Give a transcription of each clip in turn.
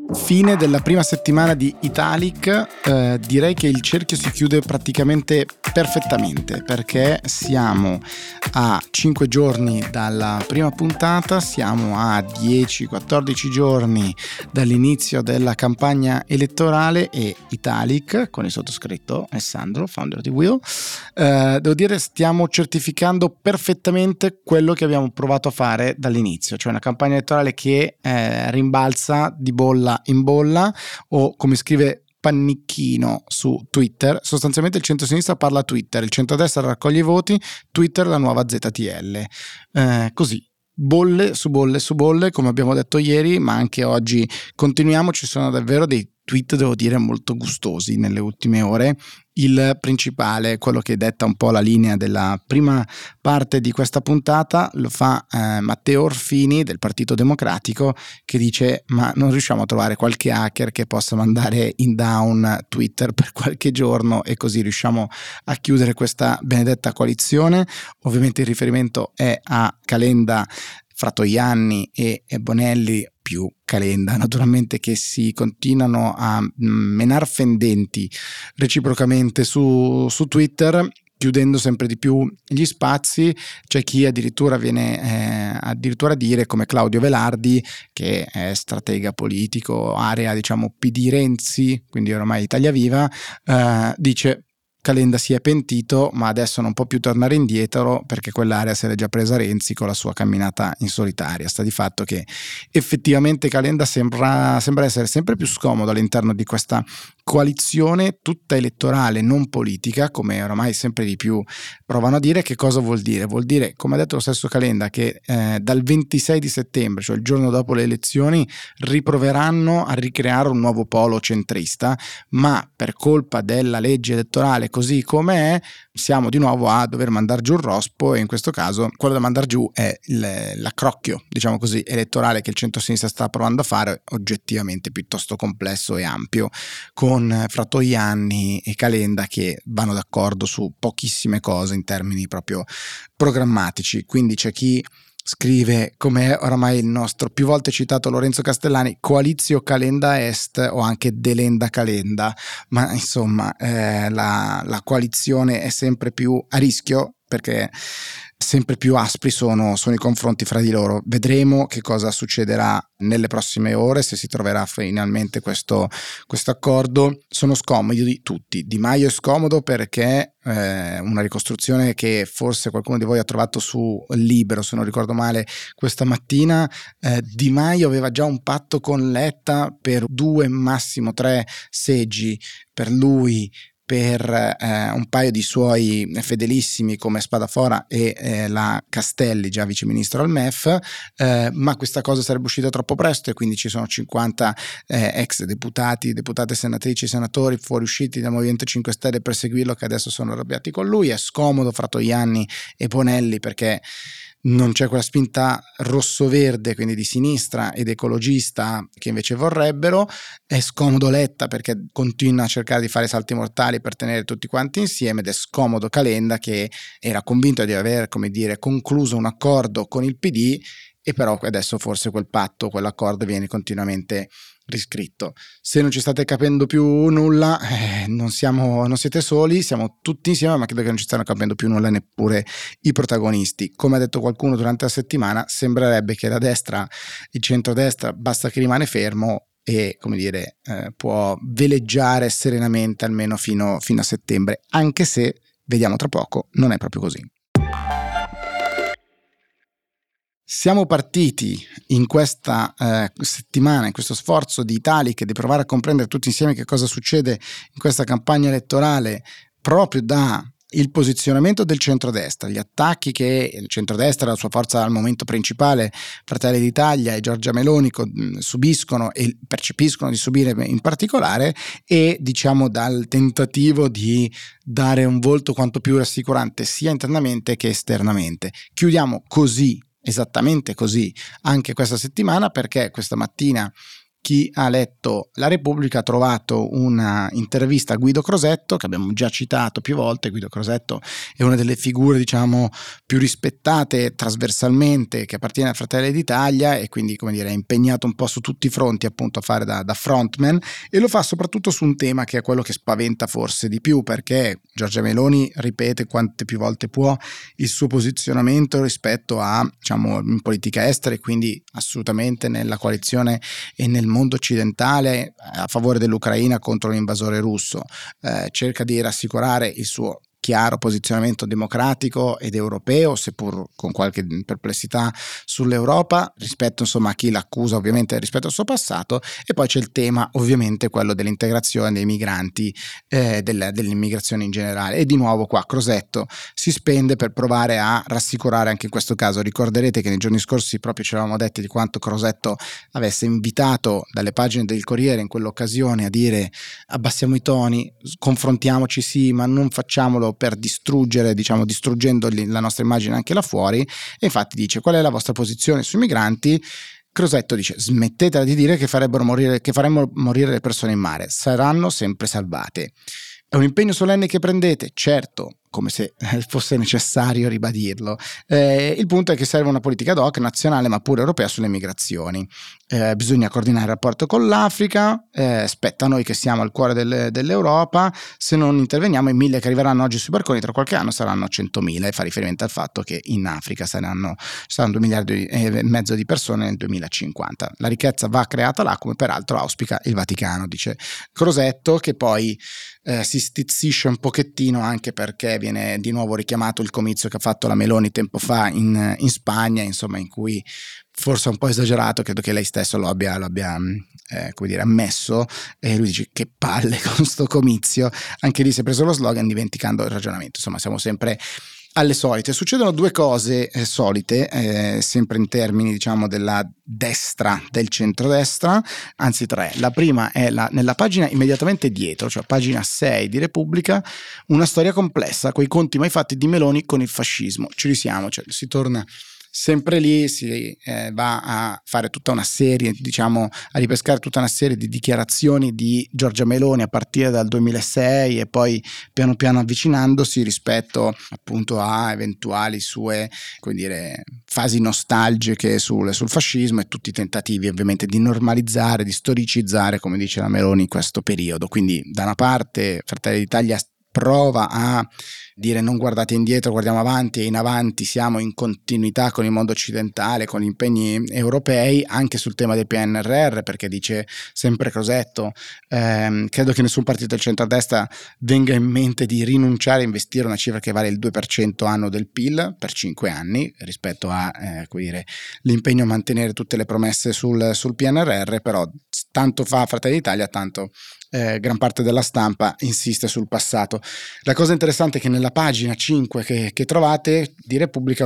Fine della prima settimana di Italic, direi che il cerchio si chiude praticamente perfettamente, perché siamo a 5 giorni dalla prima puntata, siamo a 10-14 giorni dall'inizio della campagna elettorale e Italic, con il sottoscritto Alessandro, founder di Will, devo dire stiamo certificando perfettamente quello che abbiamo provato a fare dall'inizio, cioè una campagna elettorale che rimbalza di bolla in bolla, o come scrive Pannicchino su Twitter, sostanzialmente il centro-sinistra parla a Twitter, il centro-destra raccoglie i voti, Twitter la nuova ZTL, così bolle su bolle su bolle, come abbiamo detto ieri, ma anche oggi continuiamo. Ci sono davvero dei tweet, devo dire, molto gustosi nelle ultime ore. Il principale, quello che detta un po' la linea della prima parte di questa puntata, lo fa Matteo Orfini del Partito Democratico, che dice: ma non riusciamo a trovare qualche hacker che possa mandare in down Twitter per qualche giorno e così riusciamo a chiudere questa benedetta coalizione? Ovviamente il riferimento è a Calenda, Fratoianni e Bonelli, più Calenda naturalmente, che si continuano a menar fendenti reciprocamente su Twitter, chiudendo sempre di più gli spazi. C'è chi addirittura viene addirittura a dire, come Claudio Velardi, che è stratega politico, area diciamo PD Renzi, quindi ormai Italia Viva, dice: Calenda si è pentito, ma adesso non può più tornare indietro perché quell'area se l'è già presa Renzi con la sua camminata in solitaria. Sta di fatto che effettivamente Calenda sembra essere sempre più scomodo all'interno di questa coalizione tutta elettorale, non politica, come oramai sempre di più provano a dire. Che cosa vuol dire? Vuol dire, come ha detto lo stesso Calenda, che dal 26 di settembre, cioè il giorno dopo le elezioni, riproveranno a ricreare un nuovo polo centrista, ma per colpa della legge elettorale così come è, siamo di nuovo a dover mandare giù il rospo, e in questo caso quello da mandare giù è l'accrocchio, diciamo così, elettorale che il centro-sinistra sta provando a fare, oggettivamente piuttosto complesso e ampio, con Fratoianni e Calenda che vanno d'accordo su pochissime cose in termini proprio programmatici. Quindi c'è chi scrive, come è oramai il nostro più volte citato Lorenzo Castellani, coalizio Calenda Est o anche Delenda Calenda, ma insomma la coalizione è sempre più a rischio perché sempre più aspri sono i confronti fra di loro. Vedremo che cosa succederà nelle prossime ore, se si troverà finalmente questo accordo. Sono scomodi di tutti. Di Maio è scomodo perché una ricostruzione che forse qualcuno di voi ha trovato su Libero, se non ricordo male, questa mattina, Di Maio aveva già un patto con Letta per 2, massimo 3 seggi per lui, per un paio di suoi fedelissimi come Spadafora e la Castelli, già viceministro al MEF, ma questa cosa sarebbe uscita troppo presto e quindi ci sono 50 ex deputati, deputate, senatrici, senatori fuoriusciti dal Movimento 5 Stelle per seguirlo, che adesso sono arrabbiati con lui. È scomodo Fratoianni e Bonelli perché non c'è quella spinta rosso-verde, quindi di sinistra ed ecologista, che invece vorrebbero. È scomodo Letta perché continua a cercare di fare salti mortali per tenere tutti quanti insieme, ed è scomodo Calenda che era convinto di aver, come dire, concluso un accordo con il PD, e però adesso forse quel patto, quell'accordo viene continuamente riscritto. Se non ci state capendo più nulla, non siete soli, siamo tutti insieme, ma credo che non ci stanno capendo più nulla neppure i protagonisti. Come ha detto qualcuno durante la settimana, sembrerebbe che la destra, il centrodestra, basta che rimane fermo e, come dire, può veleggiare serenamente almeno fino a settembre, anche se, vediamo tra poco, non è proprio così. Siamo partiti in questa settimana, in questo sforzo di Italic, di provare a comprendere tutti insieme che cosa succede in questa campagna elettorale, proprio da il posizionamento del centrodestra, gli attacchi che il centrodestra, la sua forza al momento principale, Fratelli d'Italia e Giorgia Meloni, subiscono e percepiscono di subire in particolare, e diciamo dal tentativo di dare un volto quanto più rassicurante sia internamente che esternamente. Chiudiamo così, esattamente così, anche questa settimana, perché questa mattina chi ha letto La Repubblica ha trovato una intervista a Guido Crosetto, che abbiamo già citato più volte. Guido Crosetto è una delle figure, diciamo, più rispettate trasversalmente, che appartiene a Fratelli d'Italia, e quindi, come dire, è impegnato un po' su tutti i fronti, appunto, a fare da frontman, e lo fa soprattutto su un tema che è quello che spaventa forse di più, perché Giorgia Meloni ripete quante più volte può il suo posizionamento rispetto a, diciamo, in politica estera, e quindi assolutamente nella coalizione e nel mondo occidentale a favore dell'Ucraina contro l'invasore russo. Cerca di rassicurare il suo chiaro posizionamento democratico ed europeo, seppur con qualche perplessità sull'Europa, rispetto, insomma, a chi l'accusa ovviamente rispetto al suo passato. E poi c'è il tema, ovviamente, quello dell'integrazione dei migranti, dell'immigrazione in generale, e di nuovo qua Crosetto si spende per provare a rassicurare anche in questo caso. Ricorderete che nei giorni scorsi proprio ci eravamo detti di quanto Crosetto avesse invitato dalle pagine del Corriere in quell'occasione a dire: abbassiamo i toni, confrontiamoci sì, ma non facciamolo per distruggere, diciamo, distruggendo la nostra immagine anche là fuori. E infatti dice: qual è la vostra posizione sui migranti? Crosetto dice: smettetela di dire che faremmo morire le persone in mare, saranno sempre salvate. È un impegno solenne che prendete? Certo, come se fosse necessario ribadirlo. Il punto è che serve una politica ad hoc nazionale ma pure europea sulle migrazioni. Bisogna coordinare il rapporto con l'Africa, spetta a noi che siamo al cuore dell'Europa. Se non interveniamo, i 1.000 che arriveranno oggi sui barconi tra qualche anno saranno 100.000, e fa riferimento al fatto che in Africa saranno 2,5 miliardi di persone nel 2050. La ricchezza va creata là, come peraltro auspica il Vaticano, dice Crosetto, che poi si stizzisce un pochettino anche perché viene di nuovo richiamato il comizio che ha fatto la Meloni tempo fa in Spagna, insomma, in cui forse un po' esagerato, credo che lei stesso lo abbia come dire, ammesso, e lui dice: che palle con sto comizio. Anche lì si è preso lo slogan dimenticando il ragionamento. Insomma, siamo sempre alle solite. Succedono due cose solite, sempre in termini, diciamo, della destra, del centrodestra, anzi tre. La prima è nella pagina immediatamente dietro, cioè pagina 6 di Repubblica, una storia complessa, quei conti mai fatti di Meloni con il fascismo. Ci risiamo, cioè si torna sempre lì, si va a fare tutta una serie, diciamo, a ripescare tutta una serie di dichiarazioni di Giorgia Meloni a partire dal 2006 e poi piano piano avvicinandosi rispetto appunto a eventuali sue, come dire, fasi nostalgiche sul fascismo, e tutti i tentativi ovviamente di normalizzare, di storicizzare, come dice la Meloni, in questo periodo. Quindi da una parte Fratelli d'Italia prova a dire: non guardate indietro, guardiamo avanti, e in avanti siamo in continuità con il mondo occidentale, con gli impegni europei, anche sul tema del PNRR, perché dice sempre Crosetto, credo che nessun partito del centrodestra venga in mente di rinunciare a investire una cifra che vale il 2% anno del PIL per 5 anni rispetto a come dire, l'impegno a mantenere tutte le promesse sul PNRR. Però tanto fa Fratelli d'Italia, tanto gran parte della stampa insiste sul passato. La cosa interessante è che nella pagina 5 che trovate di Repubblica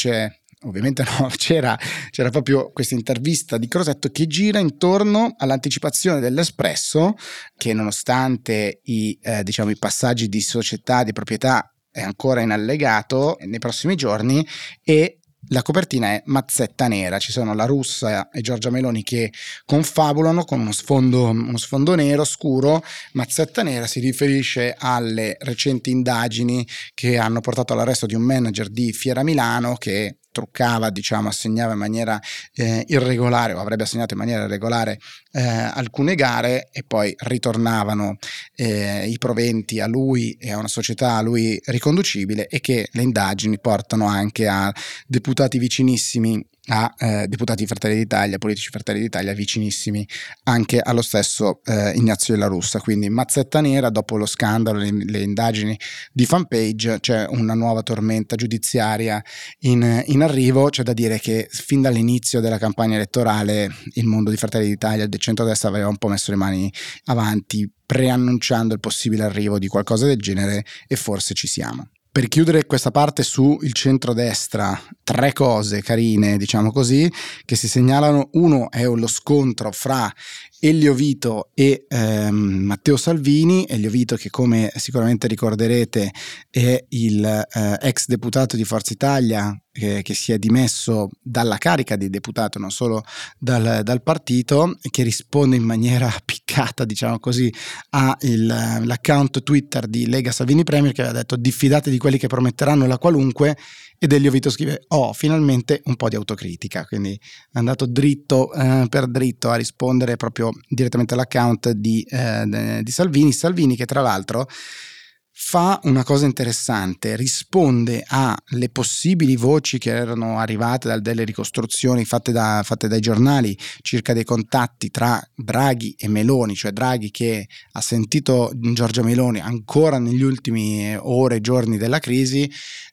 c'era proprio questa intervista di Crosetto che gira intorno all'anticipazione dell'Espresso, che nonostante i passaggi di società, di proprietà, è ancora in allegato nei prossimi giorni, e la copertina è mazzetta nera. Ci sono la Russa e Giorgia Meloni che confabulano con uno sfondo nero scuro. Mazzetta nera si riferisce alle recenti indagini che hanno portato all'arresto di un manager di Fiera Milano che truccava, diciamo, assegnava in maniera irregolare, o avrebbe assegnato in maniera irregolare alcune gare, e poi ritornavano i proventi a lui e a una società a lui riconducibile, e che le indagini portano anche a deputati vicinissimi a deputati di Fratelli d'Italia, politici Fratelli d'Italia vicinissimi anche allo stesso Ignazio Della Russa. Quindi mazzetta nera. Dopo lo scandalo, le indagini di Fanpage, c'è una nuova tormenta giudiziaria in arrivo. C'è da dire che fin dall'inizio della campagna elettorale il mondo di Fratelli d'Italia e del centrodestra aveva un po' messo le mani avanti, preannunciando il possibile arrivo di qualcosa del genere, e forse ci siamo. Per chiudere questa parte sul centrodestra tre cose carine, diciamo così, che si segnalano. Uno è lo scontro fra Elio Vito e Matteo Salvini. Elio Vito, che come sicuramente ricorderete è il ex deputato di Forza Italia che si è dimesso dalla carica di deputato, non solo dal partito, e che risponde in maniera piccata, diciamo così, all'account Twitter di Lega Salvini Premier, che aveva detto: diffidate di quelli che prometteranno la qualunque. Ed Elio Vito scrive: finalmente un po' di autocritica. Quindi è andato dritto per dritto a rispondere proprio direttamente all'account di Salvini, che tra l'altro fa una cosa interessante: risponde alle possibili voci che erano arrivate delle ricostruzioni fatte dai giornali circa dei contatti tra Draghi e Meloni, cioè Draghi che ha sentito Giorgia Meloni ancora negli ultimi ore e giorni della crisi,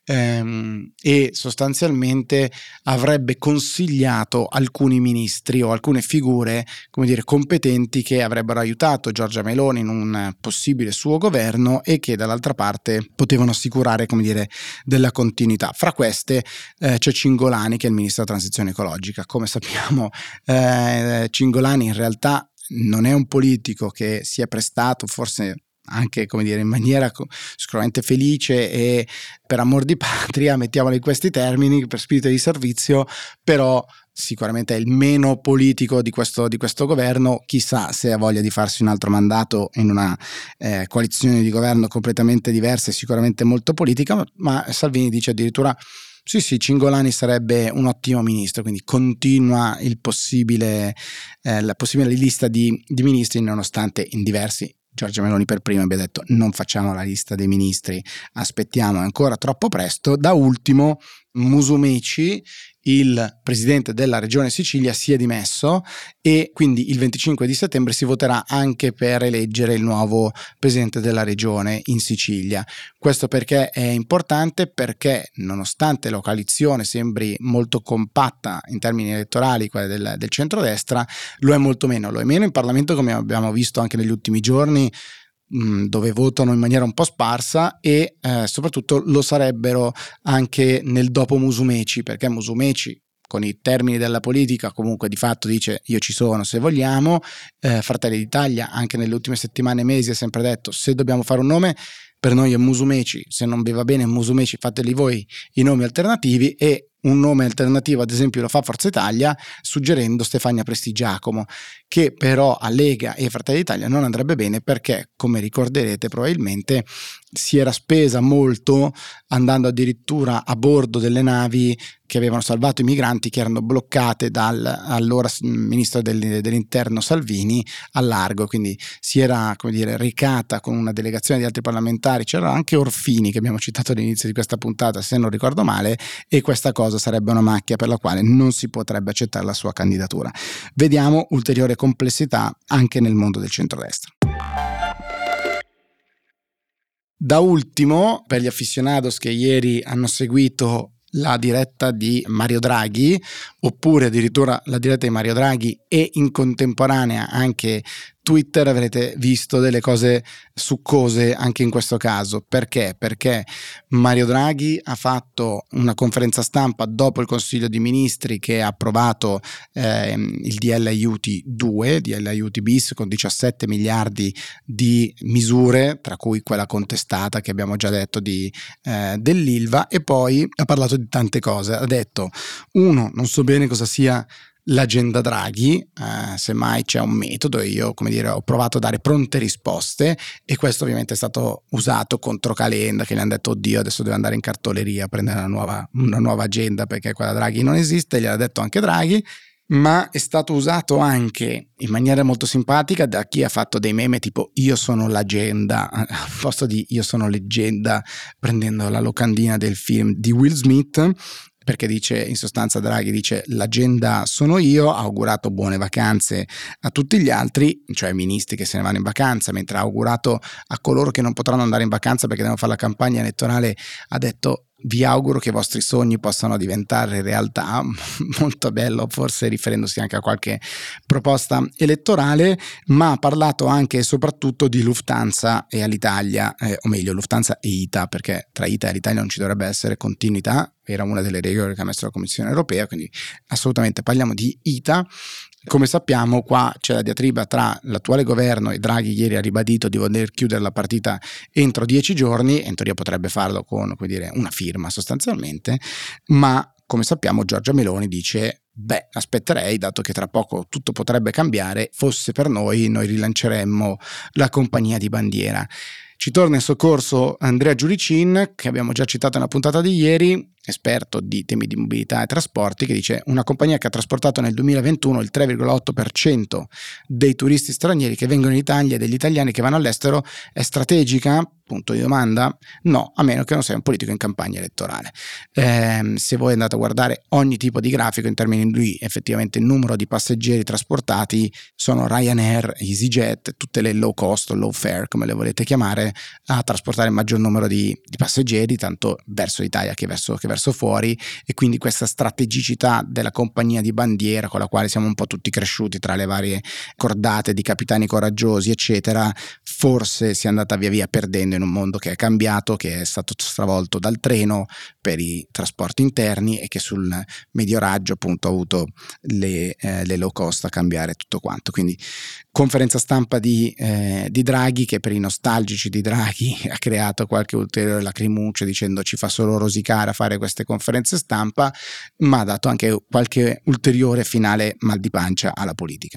e sostanzialmente avrebbe consigliato alcuni ministri o alcune figure, come dire, competenti, che avrebbero aiutato Giorgia Meloni in un possibile suo governo e che dall'altra parte potevano assicurare, come dire, della continuità. Fra queste c'è Cingolani, che è il ministro della transizione ecologica. Come sappiamo, Cingolani in realtà non è un politico che si è prestato, forse anche, come dire, in maniera sicuramente felice e per amor di patria, mettiamolo in questi termini, per spirito di servizio, però sicuramente è il meno politico di questo governo. Chissà se ha voglia di farsi un altro mandato in una coalizione di governo completamente diversa e sicuramente molto politica, ma Salvini dice addirittura sì, Cingolani sarebbe un ottimo ministro, quindi continua la possibile lista di ministri, nonostante in diversi Giorgia Meloni per prima abbia detto: non facciamo la lista dei ministri, aspettiamo, è ancora troppo presto. Da ultimo Musumeci, il presidente della regione Sicilia, si è dimesso e quindi il 25 di settembre si voterà anche per eleggere il nuovo presidente della regione in Sicilia. Questo perché è importante? Perché nonostante la coalizione sembri molto compatta in termini elettorali, quella del centrodestra, lo è meno in Parlamento, come abbiamo visto anche negli ultimi giorni, dove votano in maniera un po' sparsa, e soprattutto lo sarebbero anche nel dopo Musumeci, perché Musumeci, con i termini della politica, comunque di fatto dice: io ci sono se vogliamo. Fratelli d'Italia anche nelle ultime settimane e mesi ha sempre detto: se dobbiamo fare un nome, per noi è Musumeci, se non vi va bene Musumeci, fateli voi i nomi alternativi. E un nome alternativo, ad esempio, lo fa Forza Italia, suggerendo Stefania Prestigiacomo, che però a Lega e Fratelli d'Italia non andrebbe bene, perché, come ricorderete probabilmente, si era spesa molto andando addirittura a bordo delle navi che avevano salvato i migranti, che erano bloccate dall'allora ministro dell'interno Salvini al largo. Quindi si era, come dire, recata con una delegazione di altri parlamentari, c'era anche Orfini, che abbiamo citato all'inizio di questa puntata se non ricordo male, e questa cosa sarebbe una macchia per la quale non si potrebbe accettare la sua candidatura. Vediamo ulteriore complessità anche nel mondo del centrodestra. Da ultimo, per gli aficionados che ieri hanno seguito la diretta di Mario Draghi, oppure addirittura la diretta di Mario Draghi e in contemporanea anche Twitter, avrete visto delle cose succose anche in questo caso. Perché? Perché Mario Draghi ha fatto una conferenza stampa dopo il Consiglio dei Ministri che ha approvato il DL Aiuti 2, DL Aiuti bis, con 17 miliardi di misure, tra cui quella contestata che abbiamo già detto dell'Ilva, e poi ha parlato di tante cose. Ha detto: uno, non so bene cosa sia l'agenda Draghi, semmai c'è un metodo e io, come dire, ho provato a dare pronte risposte, e questo ovviamente è stato usato contro Calenda, che gli hanno detto: oddio, adesso deve andare in cartoleria a prendere una nuova agenda perché quella Draghi non esiste. Gliel'ha detto anche Draghi, ma è stato usato anche in maniera molto simpatica da chi ha fatto dei meme tipo io sono l'agenda al posto di io sono leggenda, prendendo la locandina del film di Will Smith, perché dice, in sostanza Draghi dice: l'agenda sono io. Ha augurato buone vacanze a tutti gli altri, cioè ai ministri che se ne vanno in vacanza, mentre ha augurato a coloro che non potranno andare in vacanza perché devono fare la campagna elettorale, ha detto: vi auguro che i vostri sogni possano diventare realtà. Molto bello, forse riferendosi anche a qualche proposta elettorale. Ma ha parlato anche e soprattutto di Lufthansa e Alitalia, o meglio Lufthansa e ITA, perché tra ITA e Alitalia non ci dovrebbe essere continuità, era una delle regole che ha messo la Commissione europea, quindi assolutamente parliamo di ITA. Come sappiamo, qua c'è la diatriba tra l'attuale governo e Draghi ieri ha ribadito di voler chiudere la partita entro 10 giorni, e in teoria potrebbe farlo con, come dire, una firma sostanzialmente, ma come sappiamo Giorgia Meloni dice: beh, aspetterei, dato che tra poco tutto potrebbe cambiare, fosse per noi rilanceremmo la compagnia di bandiera. Ci torna in soccorso Andrea Giuricin, che abbiamo già citato nella puntata di ieri, esperto di temi di mobilità e trasporti, che dice: una compagnia che ha trasportato nel 2021 il 3,8% dei turisti stranieri che vengono in Italia e degli italiani che vanno all'estero è strategica? Punto di domanda. No, a meno che non sei un politico in campagna elettorale. Se voi andate a guardare ogni tipo di grafico in termini di effettivamente numero di passeggeri trasportati, sono Ryanair, EasyJet, tutte le low cost o low fare, come le volete chiamare, a trasportare il maggior numero di passeggeri, tanto verso l'Italia che verso fuori, e quindi questa strategicità della compagnia di bandiera con la quale siamo un po' tutti cresciuti tra le varie cordate di capitani coraggiosi eccetera, forse si è andata via via perdendo in un mondo che è cambiato, che è stato stravolto dal treno per i trasporti interni e che sul medio raggio appunto ha avuto le low cost a cambiare tutto quanto. Quindi conferenza stampa di Draghi, che per i nostalgici di Draghi ha creato qualche ulteriore lacrimuccio dicendo ci fa solo rosicare a fare queste conferenze stampa, ma ha dato anche qualche ulteriore finale mal di pancia alla politica.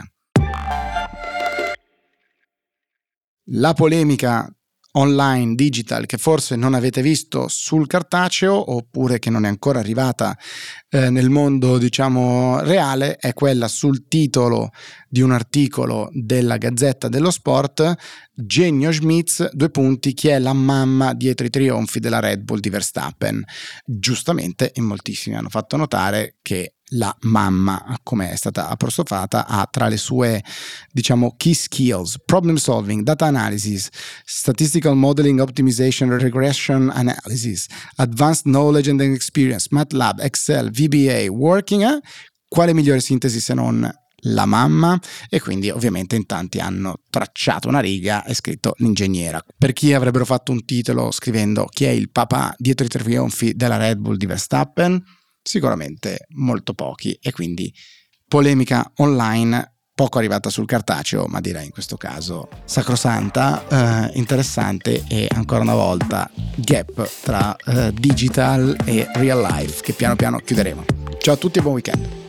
La polemica online digital che forse non avete visto sul cartaceo, oppure che non è ancora arrivata nel mondo diciamo reale, è quella sul titolo di un articolo della Gazzetta dello Sport: Genio Schmitz, chi è la mamma dietro i trionfi della Red Bull di Verstappen. Giustamente in moltissimi hanno fatto notare che la mamma, come è stata apostrofata, ha tra le sue diciamo key skills problem solving, data analysis, statistical modeling, optimization, regression analysis, advanced knowledge and experience, MATLAB, Excel, VBA, working. Quale migliore sintesi se non la mamma? E quindi ovviamente in tanti hanno tracciato una riga e scritto l'ingegnera. Per chi avrebbero fatto un titolo scrivendo chi è il papà dietro i trionfi della Red Bull di Verstappen? Sicuramente molto pochi, e quindi polemica online poco arrivata sul cartaceo, ma direi in questo caso sacrosanta, interessante, e ancora una volta gap tra digital e real life che piano piano chiuderemo. Ciao a tutti e buon weekend.